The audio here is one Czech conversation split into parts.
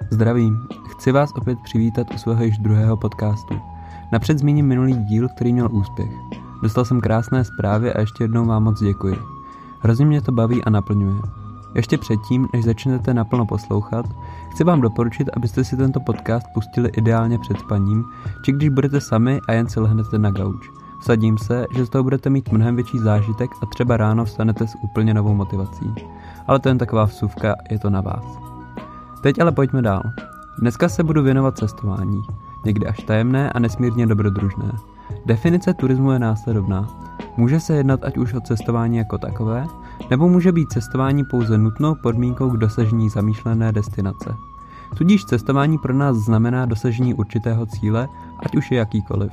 Zdravím, chci vás opět přivítat u svého již druhého podcastu. Napřed zmíním minulý díl, který měl úspěch. Dostal jsem krásné zprávy a ještě jednou vám moc děkuji. Hrozně mě to baví a naplňuje. Ještě předtím, než začnete naplno poslouchat, chci vám doporučit, abyste si tento podcast pustili ideálně před spaním, či když budete sami a jen si lehnete na gauč. Vsadím se, že z toho budete mít mnohem větší zážitek a třeba ráno vstanete s úplně novou motivací. Ale to jen taková vsuvka, je to na vás. Teď ale pojďme dál. Dneska se budu věnovat cestování. Někdy až tajemné a nesmírně dobrodružné. Definice turismu je následovná. Může se jednat ať už o cestování jako takové, nebo může být cestování pouze nutnou podmínkou k dosažení zamýšlené destinace. Tudíž cestování pro nás znamená dosažení určitého cíle, ať už je jakýkoliv.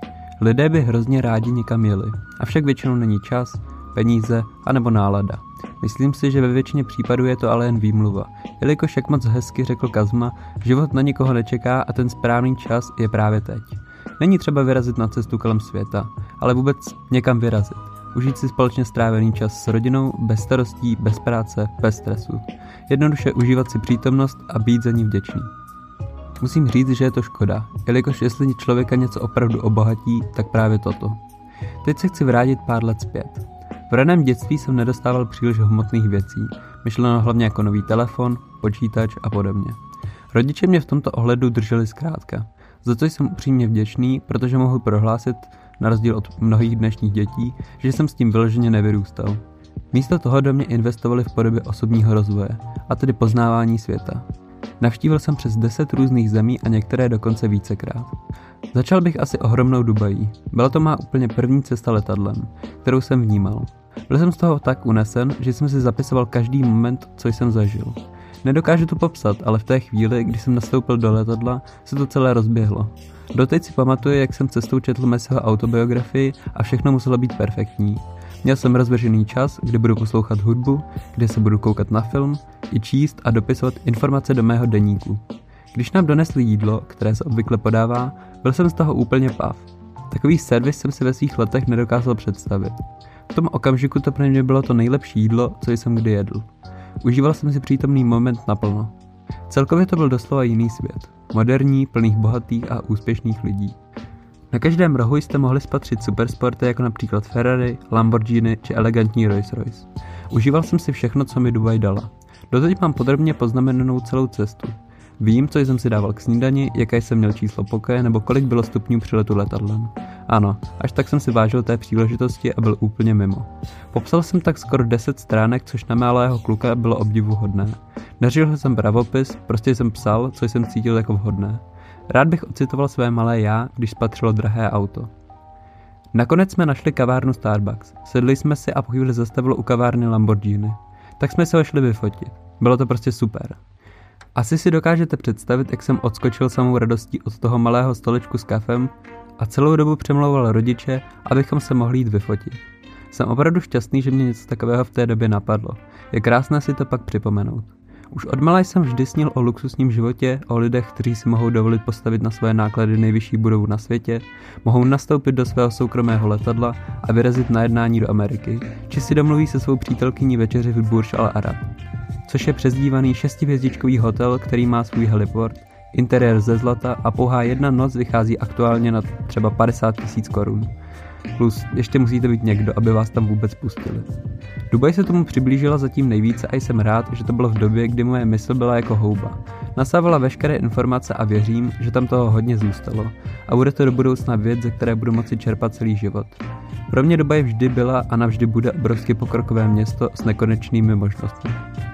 Lidé by hrozně rádi někam jeli, avšak většinou není čas, peníze anebo nálada. Myslím si, že ve většině případů je to ale jen výmluva, jelikož jak moc hezky řekl Kazma, život na nikoho nečeká a ten správný čas je právě teď. Není třeba vyrazit na cestu kolem světa, ale vůbec někam vyrazit. Užít si společně strávený čas s rodinou, bez starostí, bez práce, bez stresu. Jednoduše užívat si přítomnost a být za ní vděčný. Musím říct, že je to škoda, jelikož jestli člověka něco opravdu obohatí, tak právě toto. Teď se chci vrátit pár let zpět. V raném dětství jsem nedostával příliš hmotných věcí, myšleno hlavně jako nový telefon, počítač a podobně. Rodiče mě v tomto ohledu drželi zkrátka, za co jsem upřímně vděčný, protože mohu prohlásit, na rozdíl od mnohých dnešních dětí, že jsem s tím vyloženě nevyrůstal. Místo toho do mě investovali v podobě osobního rozvoje, a tedy poznávání světa. Navštívil jsem přes 10 různých zemí a některé dokonce vícekrát. Začal bych asi ohromnou Dubají. Byla to má úplně první cesta letadlem, kterou jsem vnímal. Byl jsem z toho tak unesen, že jsem si zapisoval každý moment, co jsem zažil. Nedokážu to popsat, ale v té chvíli, kdy jsem nastoupil do letadla, se to celé rozběhlo. Doteď si pamatuju, jak jsem cestou četl Messiho autobiografii a všechno muselo být perfektní. Měl jsem rozvržený čas, kdy budu poslouchat hudbu, kde se budu koukat na film, i číst a dopisovat informace do mého deníku. Když nám donesli jídlo, které se obvykle podává, byl jsem z toho úplně pav. Takový servis jsem si ve svých letech nedokázal představit. V tom okamžiku to pro mě bylo to nejlepší jídlo, co jsem kdy jedl. Užíval jsem si přítomný moment naplno. Celkově to byl doslova jiný svět. Moderní, plných bohatých a úspěšných lidí. Na každém rohu jste mohli spatřit supersporty jako například Ferrari, Lamborghini či elegantní Rolls-Royce. Užíval jsem si všechno, co mi Dubaj dala. Doteď mám podrobně poznamenanou celou cestu. Vím, co jsem si dával k snídani, jaké jsem měl číslo pokoje nebo kolik bylo stupňů při letu letadlem. Ano, až tak jsem si vážil té příležitosti a byl úplně mimo. Popsal jsem tak skoro 10 stránek, což na malého kluka bylo obdivuhodné. Neřil jsem pravopis, prostě jsem psal, co jsem cítil jako vhodné. Rád bych ocitoval své malé já, když spatřilo drahé auto. Nakonec jsme našli kavárnu Starbucks. Sedli jsme si a po chvíli zastavilo u kavárny Lamborghini. Tak jsme se ho šli vyfotit. Bylo to prostě super. Asi si dokážete představit, jak jsem odskočil samou radostí od toho malého stolečku s kafem a celou dobu přemlouval rodiče, abychom se mohli jít vyfotit. Jsem opravdu šťastný, že mě něco takového v té době napadlo. Je krásné si to pak připomenout. Už odmala jsem vždy snil o luxusním životě, o lidech, kteří si mohou dovolit postavit na své náklady nejvyšší budovu na světě, mohou nastoupit do svého soukromého letadla a vyrazit na jednání do Ameriky, či si domluví se svou přítelkyní večeři v Burj Al Arab, což je přezdívaný 6hvězdičkový hotel, který má svůj heliport, interiér ze zlata a pouhá jedna noc vychází aktuálně na třeba 50 000 korun. Plus ještě musíte být někdo, aby vás tam vůbec pustili. Dubaj se tomu přiblížila zatím nejvíce a jsem rád, že to bylo v době, kdy moje mysl byla jako houba. Nasávala veškeré informace a věřím, že tam toho hodně zůstalo a bude to do budoucna věc, ze které budu moci čerpat celý život. Pro mě Dubaj vždy byla a navždy bude obrovsky pokrokové město s nekonečnými možnostmi.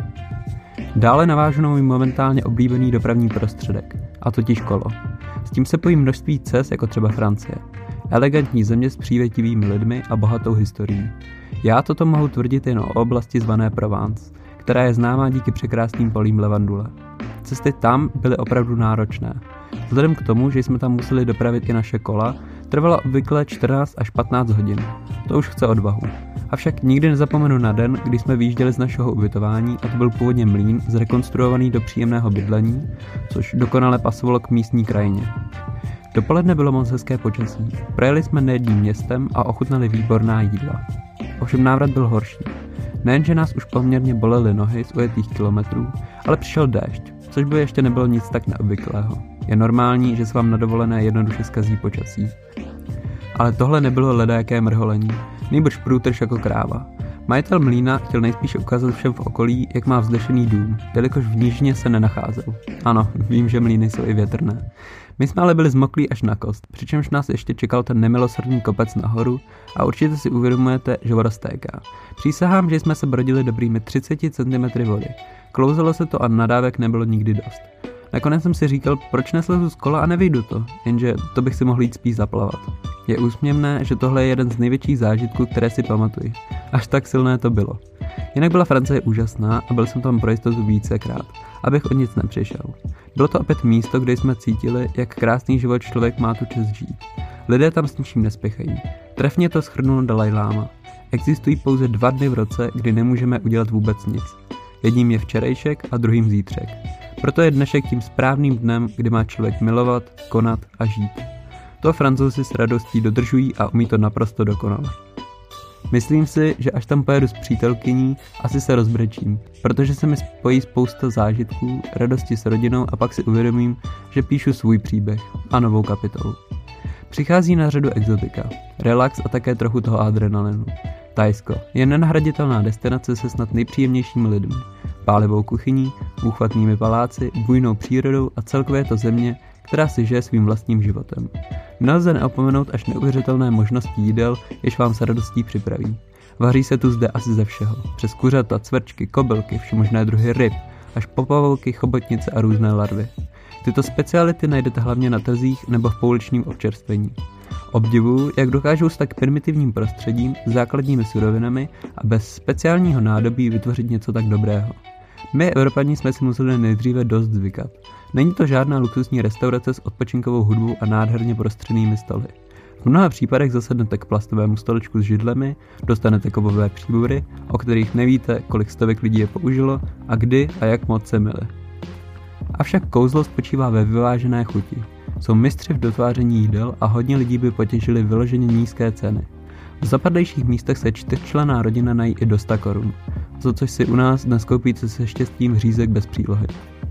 Dále navážu na můj momentálně oblíbený dopravní prostředek, a totiž kolo. S tím se pojí množství cest, jako třeba Francie. Elegantní země s přívětivými lidmi a bohatou historií. Já toto mohu tvrdit jen o oblasti zvané Provence, která je známá díky překrásným polím levandule. Cesty tam byly opravdu náročné. Vzhledem k tomu, že jsme tam museli dopravit i naše kola, trvalo obvykle 14 až 15 hodin. To už chce odvahu. Avšak nikdy nezapomenu na den, kdy jsme vyjížděli z našeho ubytování a to byl původně mlýn zrekonstruovaný do příjemného bydlení, což dokonale pasovalo k místní krajině. Dopoledne bylo moc hezké počasí. Projeli jsme nejedním městem a ochutnali výborná jídla. Ovšem návrat byl horší. Nejenže nás už poměrně bolely nohy z ujetých kilometrů, ale přišel déšť, což by ještě nebylo nic tak neobvyklého. Je normální, že se vám na dovolené jednoduše zkazí počasí. Ale tohle nebylo ledajaké mrholení, nýbrž průtrž jako kráva. Majitel mlýna chtěl nejspíše ukázat všem v okolí, jak má vznešený dům, jelikož v nížině se nenacházel. Ano, vím, že mlýny jsou i větrné. My jsme ale byli zmoklí až na kost, přičemž nás ještě čekal ten nemilosrdný kopec nahoru a určitě si uvědomujete, že voda stéká. Přísahám, že jsme se brodili dobrými 30 cm vody. Klouzalo se to a nadávek nebylo nikdy dost. Nakonec jsem si říkal, proč neslezu z kola a nevyjdu to, jenže to bych si mohl jít spíš zaplavat. Je úsměvné, že tohle je jeden z největších zážitků, které si pamatuji. Až tak silné to bylo. Jinak byla Francie úžasná a byl jsem tam pro jistotu vícekrát, abych o nic nepřišel. Bylo to opět místo, kde jsme cítili, jak krásný život člověk má tu čest žít. Lidé tam s ničím nespěchají. Trefně to shrnul Dalaj Láma. Existují pouze 2 dny v roce, kdy nemůžeme udělat vůbec nic. Jedním je včerejšek a druhým zítřek. Proto je dnešek tím správným dnem, kdy má člověk milovat, konat a žít. To Francouzi s radostí dodržují a umí to naprosto dokonale. Myslím si, že až tam pojedu s přítelkyní, asi se rozbrečím, protože se mi spojí spousta zážitků, radosti s rodinou a pak si uvědomím, že píšu svůj příběh a novou kapitolu. Přichází na řadu exotika, relax a také trochu toho adrenalinu. Thajsko je nenahraditelná destinace se snad nejpříjemnějšími lidmi, pálivou kuchyní, úchvatnými paláci, bujnou přírodou a celkově je to země, která si žije svým vlastním životem. Nelze neopomenout až neuvěřitelné možnosti jídel, jež vám s radostí připraví. Vaří se tu zde asi ze všeho, přes kuřata, cvrčky, kobylky, všemožné druhy ryb, až po pavouky, chobotnice a různé larvy. Tyto speciality najdete hlavně na trzích nebo v pouličním občerstvení. Obdivuju, jak dokážou s tak primitivním prostředím, základními surovinami a bez speciálního nádobí vytvořit něco tak dobrého. My, Evropani, jsme si museli nejdříve dost zvykat. Není to žádná luxusní restaurace s odpočinkovou hudbou a nádherně prostřenými stoly. V mnoha případech zasednete k plastovému stolečku s židlemi, dostanete kovové příbory, o kterých nevíte, kolik stovek lidí je použilo a kdy a jak moc se myli. Avšak kouzlo spočívá ve vyvážené chuti. Jsou mistři v dotváření jídel a hodně lidí by potěšili vyloženě nízké ceny. V zapadlejších místech se 4členná rodina nají i do 100 korun, za což si u nás dnes koupíte se štěstím řízek bez přílohy.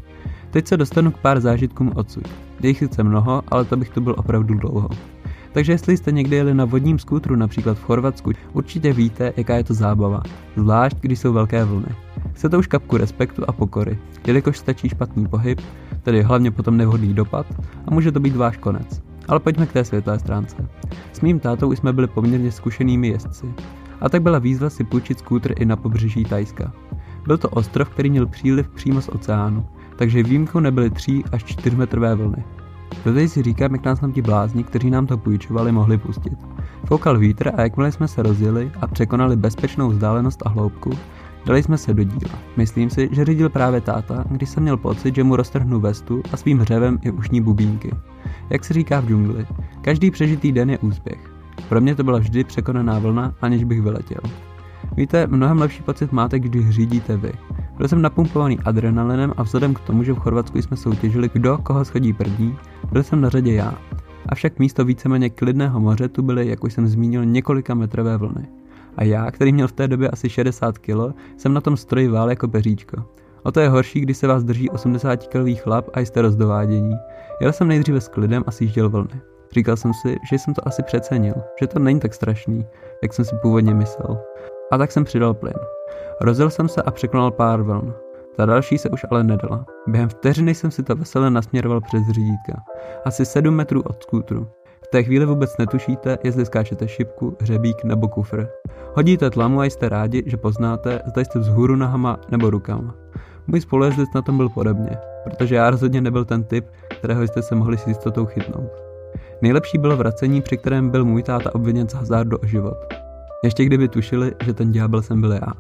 Teď se dostanu k pár zážitkům odsud. Je jich sice mnoho, ale to bych tu byl opravdu dlouho. Takže jestli jste někdy jeli na vodním skútru, například v Chorvatsku, určitě víte, jaká je to zábava, zvlášť když jsou velké vlny. Chce to už kapku respektu a pokory, jelikož stačí špatný pohyb, tedy hlavně potom nevhodný dopad a může to být váš konec. Ale pojďme k té světlé stránce. S mým tátou jsme byli poměrně zkušenými jezdci. A tak byla výzva si půjčit skútr i na pobřeží Thajska. Byl to ostrov, který měl příliv přímo z oceánu, takže výjimkou nebyly 3 až 4 metrové vlny. Doteď si říkám, jak nás tam ti blázni, kteří nám to půjčovali, mohli pustit. Foukal vítr a jakmile jsme se rozjeli a překonali bezpečnou vzdálenost a hloubku, dali jsme se do díla. Myslím si, že řídil právě táta, když jsem měl pocit, že mu roztrhnu vestu a svým hřevem i ušní bubínky. Jak se říká v džungli, každý přežitý den je úspěch. Pro mě to byla vždy překonaná vlna, aniž bych vyletěl. Víte, mnohem lepší pocit máte, když řídíte vy. Byl jsem napumpovaný adrenalinem a vzhledem k tomu, že v Chorvatsku jsme soutěžili, kdo koho schodí první, byl jsem na řadě já. Avšak místo víceméně klidného moře tu byly, jak už jsem zmínil, několika metrové vlny. A já, který měl v té době asi 60 kg, jsem na tom stroji vál jako peříčko. O to je horší, když se vás drží 80-kilový chlap a jste rozdovádění. Jel jsem nejdříve s klidem a sjížděl vlny. Říkal jsem si, že jsem to asi přecenil, že to není tak strašný, jak jsem si původně myslel. A tak jsem přidal plyn. Rozjel jsem se a překonal pár vln. Ta další se už ale nedala. Během vteřiny jsem si to veselé nasměroval přes řídítka. Asi 7 metrů od skútru. V té chvíli vůbec netušíte, jestli skáčete šipku, hřebík nebo kufr. Hodíte tlamu a jste rádi, že poznáte, zda jste vzhůru nohama nebo rukama. Můj spolujezdec na tom byl podobně, protože já rozhodně nebyl ten typ, kterého jste se mohli s jistotou chytnout. Nejlepší bylo vracení, při kterém byl můj táta obviněn z hazardu o život. Ještě kdyby tušili, že ten ďábel jsem byl já.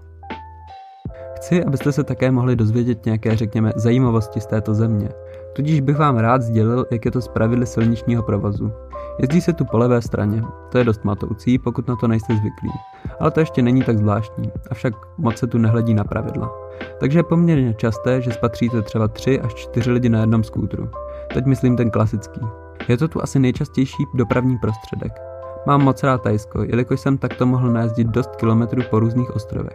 Chci, abyste se také mohli dozvědět nějaké, řekněme, zajímavosti z této země. Tudíž bych vám rád sdělil, jak je to s pravidly silničního provozu. Jezdí se tu po levé straně, to je dost matoucí, pokud na to nejste zvyklí. Ale to ještě není tak zvláštní, avšak moc se tu nehledí na pravidla. Takže je poměrně časté, že spatříte třeba 3 až 4 lidi na jednom skútru. Teď myslím ten klasický. Je to tu asi nejčastější dopravní prostředek. Mám moc rád Thajsko, jelikož jsem takto mohl najezdit dost kilometrů po různých ostrovech.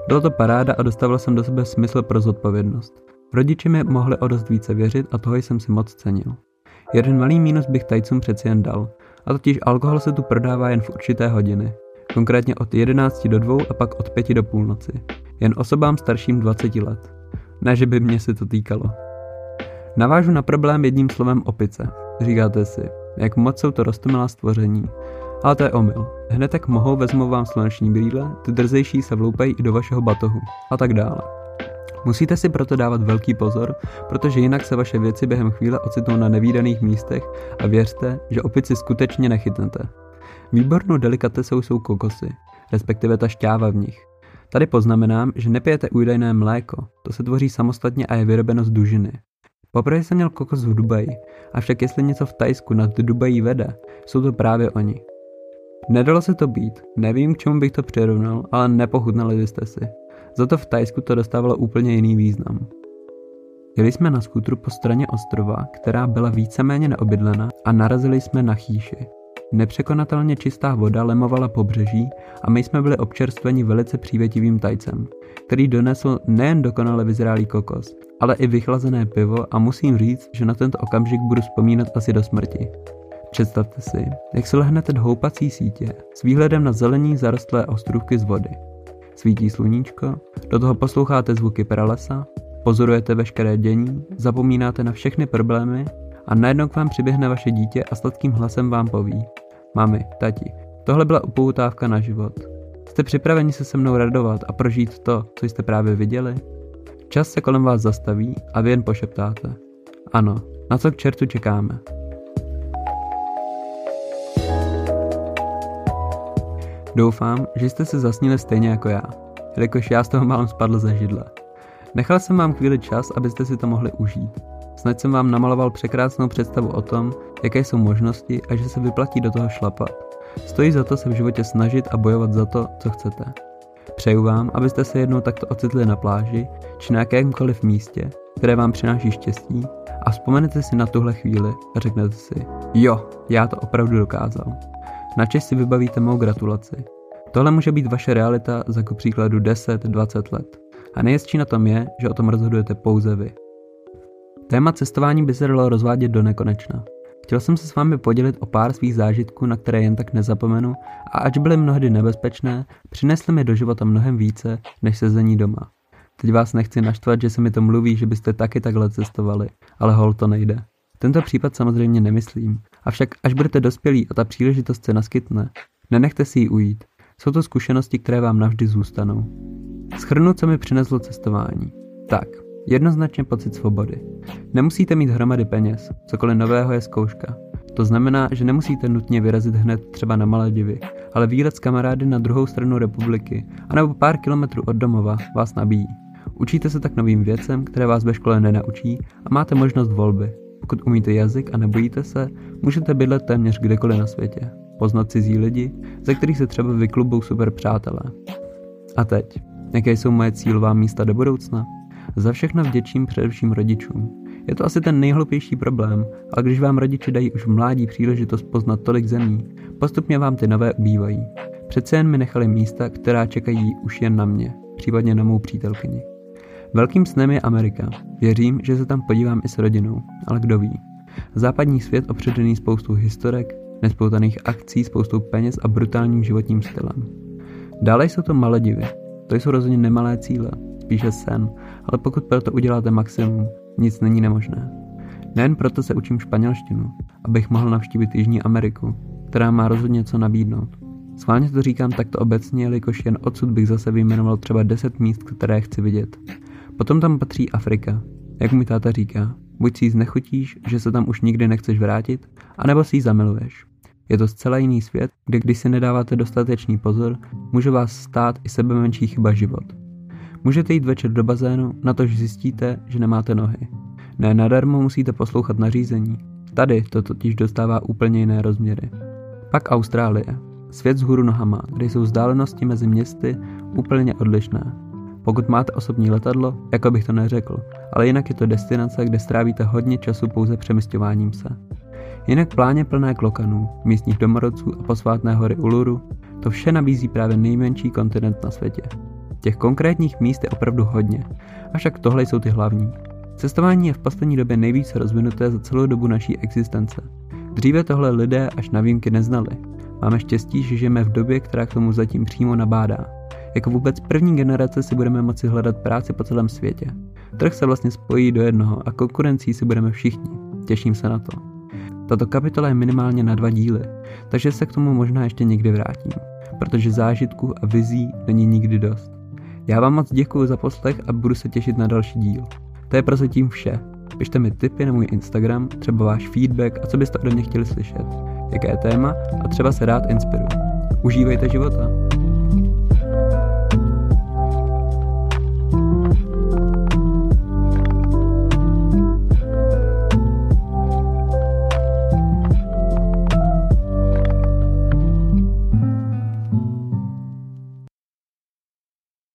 Byla to paráda a dostával jsem do sebe smysl pro zodpovědnost. Rodiče mi mohli o dost více věřit a toho jsem si moc cenil. Jeden malý mínus bych Tajcům přeci jen dal, a totiž alkohol se tu prodává jen v určité hodiny. Konkrétně od 11 do 2 a pak od 5 do půlnoci. Jen osobám starším 20 let. Ne, že by mě se to týkalo. Navážu na problém jedním slovem opice. Říkáte si, jak moc jsou to roztomilá stvoření. Ale to je omyl. Hned jak mohou, vezmou vám sluneční brýle, ty drzejší se vloupají i do vašeho batohu. A tak dále. Musíte si proto dávat velký pozor, protože jinak se vaše věci během chvíle ocitnou na nevídaných místech a věřte, že opici skutečně nechytnete. Výbornou delikatesou jsou kokosy, respektive ta šťáva v nich. Tady poznamenám, že nepijete údajné mléko, to se tvoří samostatně a je vyrobeno z dužiny. Poprvé jsem měl kokos v Dubaji, avšak jestli něco v Thajsku nad Dubají vede, jsou to právě oni. Nedalo se to být, nevím, k čemu bych to přirovnal, ale nepochutnali byste si. Za to v Thajsku to dostávalo úplně jiný význam. Jeli jsme na skútru po straně ostrova, která byla víceméně neobydlená, a narazili jsme na chýši. Nepřekonatelně čistá voda lemovala pobřeží a my jsme byli občerstveni velice přívětivým Tajcem, který donesl nejen dokonale vyzrálý kokos, ale i vychlazené pivo a musím říct, že na tento okamžik budu vzpomínat asi do smrti. Představte si, jak se lehnete do houpací sítě s výhledem na zelení zarostlé ostrůvky z vody. Svítí sluníčko, do toho posloucháte zvuky pralesa, pozorujete veškeré dění, zapomínáte na všechny problémy a najednou k vám přiběhne vaše dítě a sladkým hlasem vám poví: Mami, tati, tohle byla upoutávka na život. Jste připraveni se mnou radovat a prožít to, co jste právě viděli? Čas se kolem vás zastaví a vy jen pošeptáte: Ano, na co k čertu čekáme? Doufám, že jste se zasnili stejně jako já, jelikož já z toho málem spadl ze židle. Nechal jsem vám chvíli čas, abyste si to mohli užít. Snad jsem vám namaloval překrásnou představu o tom, jaké jsou možnosti a že se vyplatí do toho šlapat. Stojí za to se v životě snažit a bojovat za to, co chcete. Přeju vám, abyste se jednou takto ocitli na pláži či na jakémkoliv místě, které vám přináší štěstí, a vzpomenete si na tuhle chvíli a řeknete si: Jo, já to opravdu dokázal. Načež si vybavíte mou gratulaci. Tohle může být vaše realita za ku příkladu 10-20 let. A nejhezčí na tom je, že o tom rozhodujete pouze vy. Téma cestování by se dalo rozvádět do nekonečna. Chtěl jsem se s vámi podělit o pár svých zážitků, na které jen tak nezapomenu, a ač byly mnohdy nebezpečné, přinesly mi do života mnohem více, než sezení doma. Teď vás nechci naštvat, že se mi to mluví, že byste taky takhle cestovali, ale hol to nejde. Tento případ samozřejmě nemyslím, avšak až budete dospělí a ta příležitost se naskytne, nenechte si ji ujít. Jsou to zkušenosti, které vám navždy zůstanou. Shrnu, co mi přineslo cestování. Tak, jednoznačně pocit svobody. Nemusíte mít hromady peněz, cokoliv nového je zkouška. To znamená, že nemusíte nutně vyrazit hned třeba na Maledivy, ale výlet s kamarády na druhou stranu republiky anebo pár kilometrů od domova vás nabíjí. Učíte se tak novým věcem, které vás ve škole nenaučí, a máte možnost volby. Pokud umíte jazyk a nebojíte se, můžete bydlet téměř kdekoliv na světě. Poznat cizí lidi, ze kterých se třeba vyklubou super přátelé. A teď, jaké jsou moje cílová místa do budoucna? Za všechno vděčím především rodičům. Je to asi ten nejhloupější problém, ale když vám rodiče dají už v mládí příležitost poznat tolik zemí, postupně vám ty nové ubývají. Přece jen mi nechali místa, která čekají už jen na mě, případně na mou přítelkyni. Velkým snem je Amerika. Věřím, že se tam podívám i s rodinou, ale kdo ví. Západní svět opředený spoustou historek, nespoutaných akcí, spoustou peněz a brutálním životním stylem. Dále jsou to Maledivy. To jsou rozhodně nemalé cíle, spíše sen, ale pokud pro to uděláte maximum, nic není nemožné. Nejen proto se učím španělštinu, abych mohl navštívit Jižní Ameriku, která má rozhodně co nabídnout. Schválně to říkám takto obecně, jelikož jen odsud bych zase vyjmenoval třeba 10 míst, které chci vidět. Potom tam patří Afrika. Jak mi táta říká, buď si ji znechutíš, že se tam už nikdy nechceš vrátit, anebo si ji zamiluješ. Je to zcela jiný svět, kde když si nedáváte dostatečný pozor, může vás stát i sebemenší chyba život. Můžete jít večer do bazénu, na to, že zjistíte, že nemáte nohy. Ne nadarmo musíte poslouchat nařízení. Tady to totiž dostává úplně jiné rozměry. Pak Austrálie. Svět vzhůru nohama, kde jsou vzdálenosti mezi městy úplně odlišné. Pokud máte osobní letadlo, jako bych to neřekl, ale jinak je to destinace, kde strávíte hodně času pouze přemysťováním se. Jinak pláně plné klokanů, místních domorodců a posvátné hory Uluru, to vše nabízí právě nejmenší kontinent na světě. Těch konkrétních míst je opravdu hodně, avšak tohle jsou ty hlavní. Cestování je v poslední době nejvíce rozvinuté za celou dobu naší existence. Dříve tohle lidé až na výjimky neznali. Máme štěstí, že žijeme v době, která k tomu zatím přímo nabádá. Jako vůbec první generace si budeme moci hledat práci po celém světě. Trh se vlastně spojí do jednoho a konkurencí si budeme všichni. Těším se na to. Tato kapitola je minimálně na 2 díly, takže se k tomu možná ještě někdy vrátím, protože zážitků a vizí není nikdy dost. Já vám moc děkuji za poslech a budu se těšit na další díl. To je prozatím vše. Pište mi tipy na můj Instagram, třeba váš feedback a co byste ode mě chtěli slyšet, jaké téma a třeba se rád inspiruji. Užívejte života.